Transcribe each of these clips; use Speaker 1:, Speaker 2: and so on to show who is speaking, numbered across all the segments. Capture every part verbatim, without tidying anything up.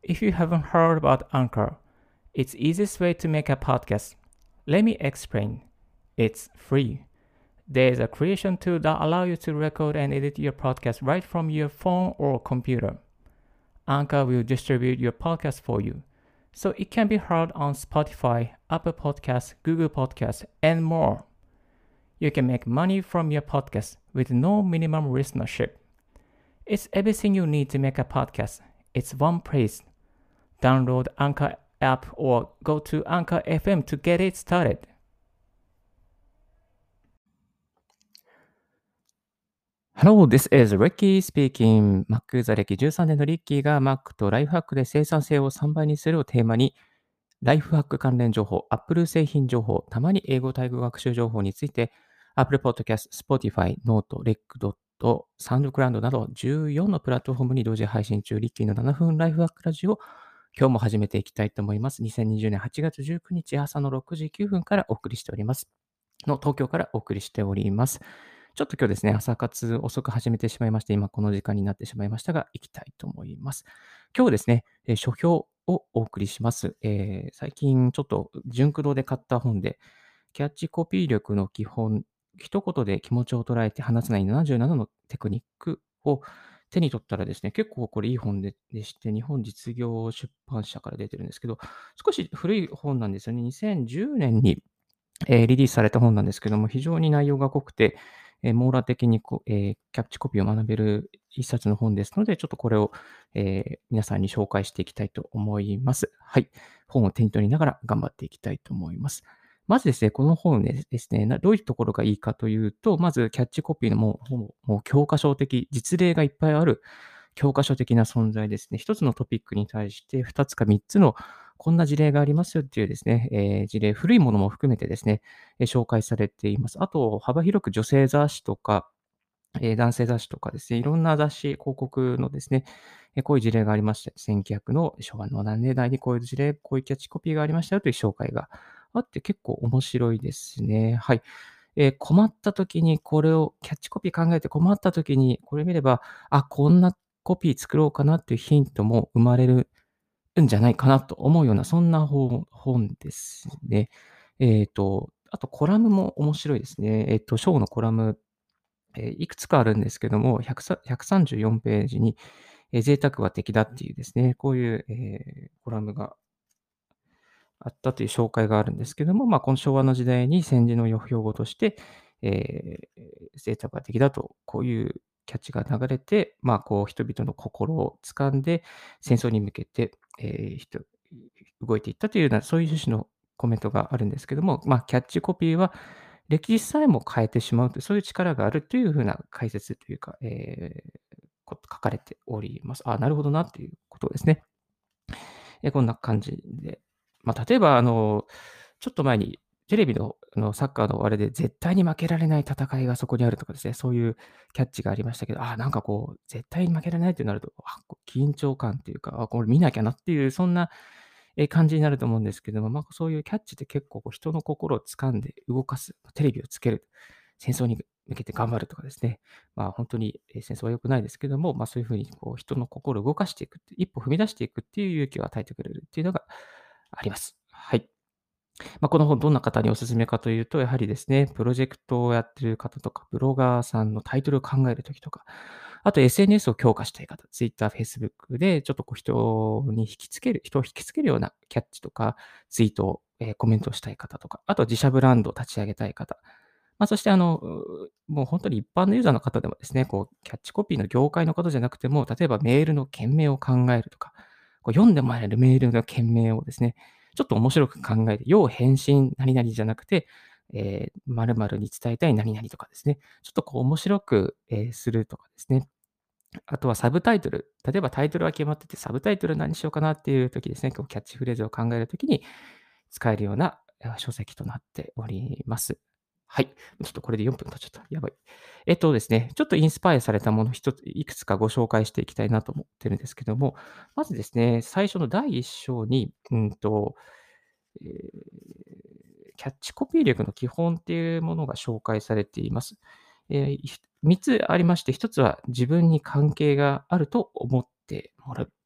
Speaker 1: If you haven't heard about Anchor, it's the easiest way to make a podcast. Let me explain. It's free. There's a creation tool that allows you to record and edit your podcast right from your phone or computer. Anchor will distribute your podcast for you, so it can be heard on Spotify, Apple Podcasts, Google Podcasts, and more. You can make money from your podcast with no minimum listenership. It's everything you need to make a podcast. It's one place. Download Anchor app or go to Anchor エフエム to get it started. Hello, this is Ricky speaking. Mac 座歴じゅうさんねんのリッキーが Mac とライフハックで生産性をさんばいにするをテーマに、ライフハック関連情報、Apple 製品情報、たまに英語対語学習情報について、Apple Podcast、Spotify、Note、レックドット、SoundCloud などじゅうよんのプラットフォームに同時配信中、リッキーのななふんライフハックラジオを今日も始めていきたいと思います。にせんにじゅうねんはちがつじゅうくにち朝のろくじきゅうふんからお送りしております。の東京からお送りしております。ちょっと今日ですね、朝活遅く始めてしまいまして、今この時間になってしまいましたが、行きたいと思います。今日はですね、えー書評をお送りします。えー最近ちょっと純駆動で買った本で、キャッチコピー力の基本、一言で気持ちを捉えて話せないななじゅうななのテクニックを手に取ったらですね、結構これいい本ででして、日本実業出版社から出てるんですけど、少し古い本なんですよね。にせんじゅうねんにえーリリースされた本なんですけども、非常に内容が濃くて、えー網羅的にこう、えーキャッチコピーを学べる一冊の本ですので、ちょっとこれを、えー皆さんに紹介していきたいと思います。はい。本を手に取りながら頑張っていきたいと思います。まずですね、この本でですね、などういうところがいいかというと、まずキャッチコピーのもう、もうもう教科書的、実例がいっぱいある教科書的な存在ですね。一つのトピックに対して二つか三つのこんな事例がありますよっていうですね、えー事例、古いものも含めてですね、えー紹介されています。あと、幅広く女性雑誌とか、えー男性雑誌とかですね、いろんな雑誌、広告のですね、えーこういう事例がありまして、せんきゅうひゃくの昭和の何年代にこういう事例、こういうキャッチコピーがありましたよという紹介があって結構面白いですね。はい。えー困った時にこれを、キャッチコピー考えて困った時にこれ見れば、あ、こんなコピー作ろうかなっていうヒントも生まれるんじゃないかなと思うような、そんな本本ですね。えっと、あとコラムも面白いですね。えっと、章のコラム、えーいくつかあるんですけども、ひゃくさひゃくさんじゅうよんページに、えー贅沢は敵だっていうですね、こういう、えーコラムがあったという紹介があるんですけども、まあ、この昭和の時代に戦時の標語として、えー、贅沢は敵だと、こういうキャッチが流れて、まあ、こう人々の心を掴んで、戦争に向けて、えー人動いていったというような、そういう趣旨のコメントがあるんですけども、まあ、キャッチコピーは歴史さえも変えてしまうという、そういう力があるというふうな解説というか、えーこ書かれております。あ、なるほどなということですね。え、こんな感じで。まあ、例えば、あの、ちょっと前にテレビの、あの、サッカーのあれで絶対に負けられない戦いがそこにあるとかですね、そういうキャッチがありましたけど、ああ、なんかこう、絶対に負けられないってなると、あ、こう緊張感っていうか、あ、これ見なきゃなっていう、そんな、え、感じになると思うんですけども、まあ、そういうキャッチって結構こう人の心を掴んで動かす、テレビをつける、戦争に向けて頑張るとかですね。まあ、本当に、え、戦争は良くないですけども、まあ、そういう風にこう人の心を動かしていくって、一歩踏み出していくっていう勇気を与えてくれるっていうのがあります。はい。まあ、この本どんな方にお勧めかというと、やはりですね、プロジェクトをやっている方とか、ブロガーさんのタイトルを考えるときとか、あと エスエヌエス を強化したい方、Twitter、Facebook でちょっとこう人に引きつける、人を引きつけるようなキャッチとか、ツイートを、えーコメントをしたい方とか、あと自社ブランドを立ち上げたい方、まあ、そしてあの、うもう本当に一般のユーザーの方でもですね、こうキャッチコピーの業界のことじゃなくても、例えばメールの件名を考えるとか、こう読んでもらえるメールの件名をですね、ちょっと面白く考えて、要返信何々じゃなくて、えー、〇〇に伝えたい何々とかですね、ちょっとこう面白く、えーするとかですね。あとはサブタイトル。例えばタイトルは決まってて、サブタイトル何しようかなっていう時ですね、こうキャッチフレーズを考えるときに使えるようなあ書籍となっております。はい。ちょっとこれでよんぷん経っちゃった。やばい。えっとですね、ちょっとインスパイアされたもの一つ、いくつかご紹介していきたいなと思ってるんですけども、まずですね、最初のだいいっ章に、うんと、えーキャッチコピー力の基本っていうものが紹介されています。えーひみっつありまして、ひとつは自分に関係があると思ってもらう。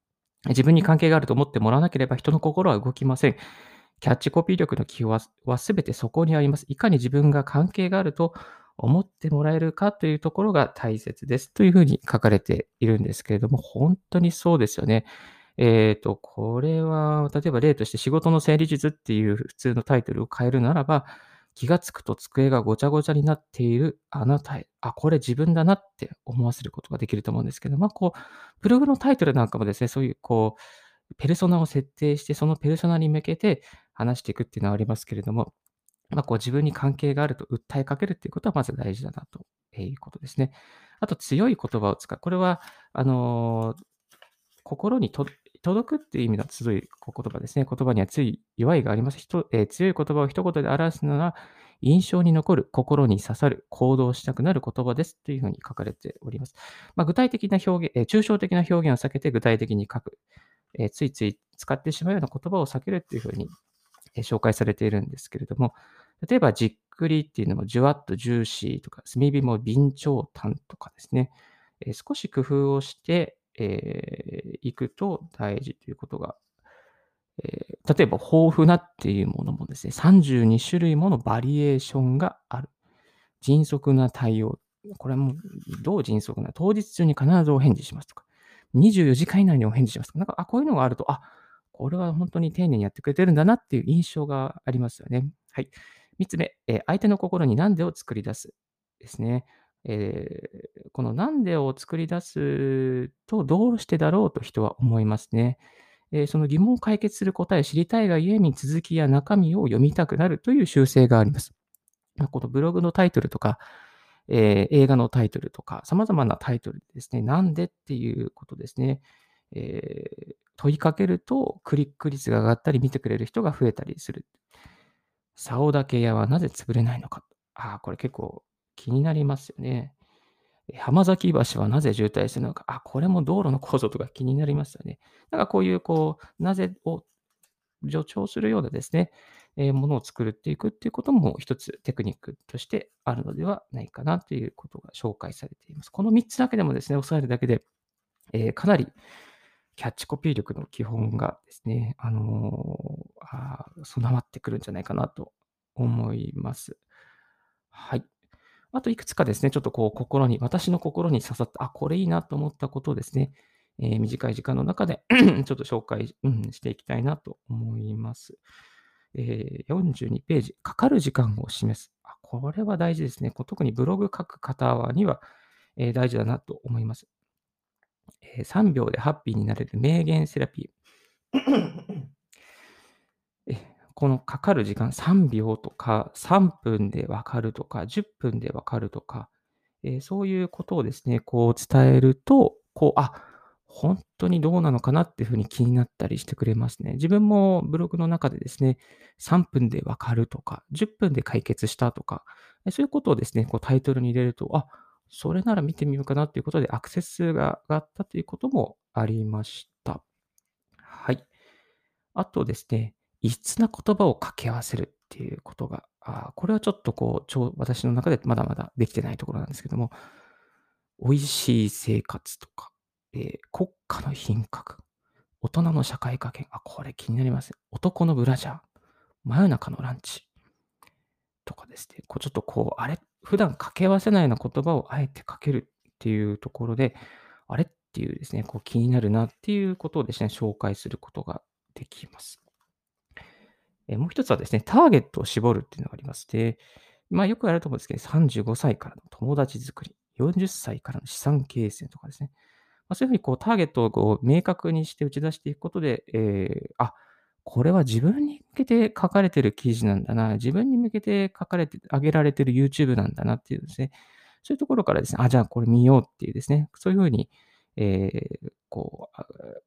Speaker 1: 自分に関係があると思ってもらわなければ人の心は動きません。キャッチコピー力の基本はは全てそこにあります。いかに自分が関係があると思ってもらえるかというところが大切ですというふうに書かれているんですけれども、本当にそうですよね。えっと、これは、例えば例として仕事の整理術っていう普通のタイトルを変えるならば、気がつくと机がごちゃごちゃになっているあなたへ、あ、これ自分だなって思わせることができると思うんですけど、まあ、こう、ブログのタイトルなんかもですね、そういうこう、ペルソナを設定して、そのペルソナに向けて話していくっていうのはありますけれども、まあ、こう自分に関係があると訴えかけるっていうことはまず大事だなということですね。あと強い言葉を使う。これは、あの心にと届くっていう意味の強い言葉ですね。言葉には強い弱いがあります。ひとえー強い言葉を一言で表すのは、印象に残る、心に刺さる、行動したくなる言葉ですというふうに書かれております。まあ、具体的な表現、えー抽象的な表現を避けて具体的に書く、えーついつい使ってしまうような言葉を避けるというふうにえー紹介されているんですけれども、例えばじっくりっていうのも、じゅわっとジューシーとか、炭火も備長炭とかですね、えー少し工夫をして、えーいくと大事ということが、えー例えば豊富なっていうものもですね、さんじゅうに種類ものバリエーションがある。迅速な対応。これはもう、どう迅速な、当日中に必ずお返事しますとか、にじゅうよじかん以内にお返事しますとか、なんか、あ、こういうのがあると、あ、これは本当に丁寧にやってくれてるんだなっていう印象がありますよね。はい。みっつめ、えー相手の心になんでを作り出すですね。えーこのなんでを作り出すと、どうしてだろうと人は思いますね。えーその疑問を解決する答え、知りたいがゆえに続きや中身を読みたくなるという習性があります。まあこのブログのタイトルとか、えー映画のタイトルとか、様々なタイトルでですね、なんでっていうことですね、えー問いかけるとクリック率が上がったり、見てくれる人が増えたりする。竿竹屋はなぜ潰れないのか。ああ、これ結構気になりますよね。え浜崎橋はなぜ渋滞するのか。あ、これも道路の構造とか気になりますよね。だからこういう、こう、なぜを助長するようなですね、えーものを作るっていくっていうことも一つテクニックとしてあるのではないかなということが紹介されています。このみっつだけでもですね、押さえるだけで、えーかなりキャッチコピー力の基本がですね、あの、あー備わってくるんじゃないかなと思います。はい。あといくつかですね、ちょっとこう心に、私の心に刺さった、あ、これいいなと思ったことをですね、えー短い時間の中でちょっと紹介、うん、していきたいなと思います。えーよんじゅうにページ、かかる時間を示す。あ、これは大事ですね。こう特にブログ書く方には、えー大事だなと思います。えーさんびょうでハッピーになれる名言セラピー。えこのかかる時間さんびょうとか、さんぷんでわかるとか、じゅっぷんでわかるとか、えーそういうことをですね、こう伝えると、こう、あ、本当にどうなのかなっていうふうに気になったりしてくれますね。自分もブログの中でですね、さんぷんでわかるとか、じゅっぷんで解決したとか、えそういうことをですね、こうタイトルに入れると、あ、それなら見てみようかなということでアクセス数が上がったということもありました。はい。あとですね、異質な言葉を掛け合わせるっていうことが、あーこれはちょっとこう、ちょ私の中でまだまだできてないところなんですけども、美味しい生活とか、えー国家の品格、大人の社会科見、あ、これ気になります。男のブラジャー、真夜中のランチとかですね、こうちょっとこう、あれ、普段掛け合わせないような言葉をあえてかけるっていうところで、あれっていうですね、こう気になるなっていうことをですね、紹介することができます。え、もう一つはですね、ターゲットを絞るっていうのがありまして、まあ、よくあると思うんですけど、さんじゅうごさいからの友達作り、よんじゅっさいからの資産形成とかですね。まあ、そういうふうにこうターゲットをこう明確にして打ち出していくことで、えーあ、これは自分に向けて書かれてる記事なんだな、自分に向けて書かれて上げられてる YouTube なんだなっていうですね、そういうところからですね、あ、じゃあこれ見ようっていうですね、そういうふうに、えーこう、あ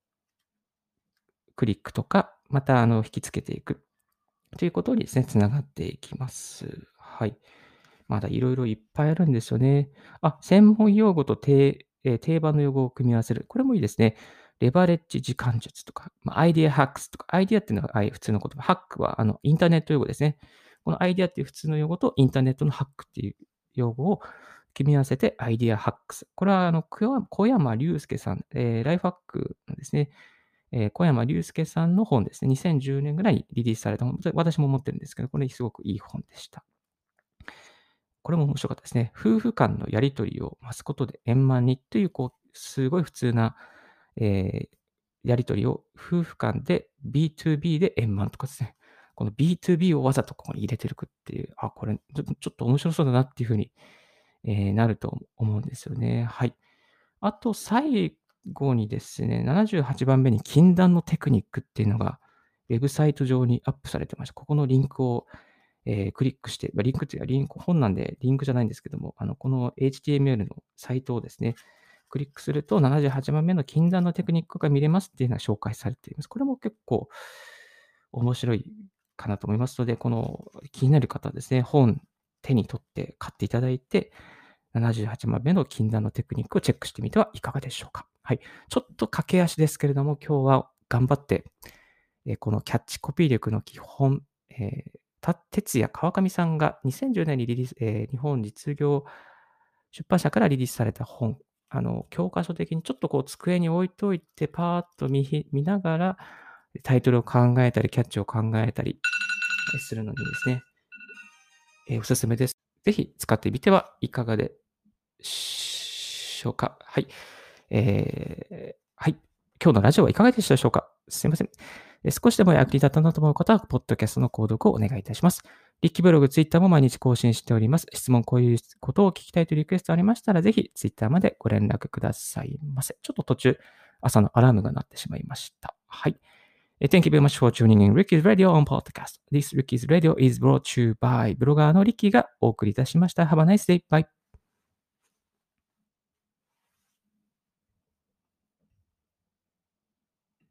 Speaker 1: クリックとか、またあの引きつけていくということにですね、つながっていきます。はい。まだいろいろいっぱいあるんですよね。あ、専門用語と定えー定番の用語を組み合わせる。これもいいですね。レバレッジ時間術とか、まあ、アイディアハックスとか、アイディアっていうのはあい普通の言葉、ハックはあのインターネット用語ですね。このアイディアっていう普通の用語とインターネットのハックっていう用語を組み合わせてアイディアハックス。これはあの小山小山隆介さん、えーライフハックのですね、 えー小山隆介さんの本ですね。にせんじゅうねんぐらいにリリースされた本。私も持ってるんですけど、これすごくいい本でした。これも面白かったですね。夫婦間のやりとりを増すことで円満にという、こう、すごい普通な、えーやりとりを夫婦間で ビーツービー で円満とかですね。この ビーツービー をわざとここに入れてるくっていう、あ、これちょっとちょっと面白そうだなっていうふうに、えーなると思うんですよね。はい。あと最後にですね、ななじゅうはちばんめに禁断のテクニックっていうのがウェブサイト上にアップされてました。ここのリンクをえークリックして、まあ、リンクっていうか、リンク、本なんでリンクじゃないんですけども、あの、この エイチティーエムエル のサイトをですね、クリックするとななじゅうはちばんめの禁断のテクニックが見れますっていうのが紹介されています。これも結構面白いかなと思いますので、この気になる方はですね、本手に取って買っていただいて、ななじゅうはちばんめの禁断のテクニックをチェックしてみてはいかがでしょうか。はい。ちょっと駆け足ですけれども、今日は頑張って、えーこのキャッチコピー力の基本、えーた哲也川上さんがにせんじゅうねんにリリース、えー日本実業出版社からリリースされた本、あの、教科書的にちょっとこう机に置いといて、パーッと見ひ見ながら、タイトルを考えたり、キャッチを考えたりするのにですね、えーおすすめです。ぜひ使ってみてはいかがでしょうか。はい。えーはい。今日のラジオはいかがでしたでしょうか。すいません。えー少しでも役に立ったなと思う方は、ポッドキャストの購読をお願いいたします。リッキーブログ、ツイッターも毎日更新しております。質問、こういうことを聞きたいというリクエストありましたら、ぜひツイッターまでご連絡くださいませ。ちょっと途中、朝のアラームが鳴ってしまいました。はい。えー Thank you very much for tuning in Ricky's Radio on Podcast. This Ricky's Radio is brought to you by ブロガーのリッキーがお送りいたしました。Have a nice day. Bye.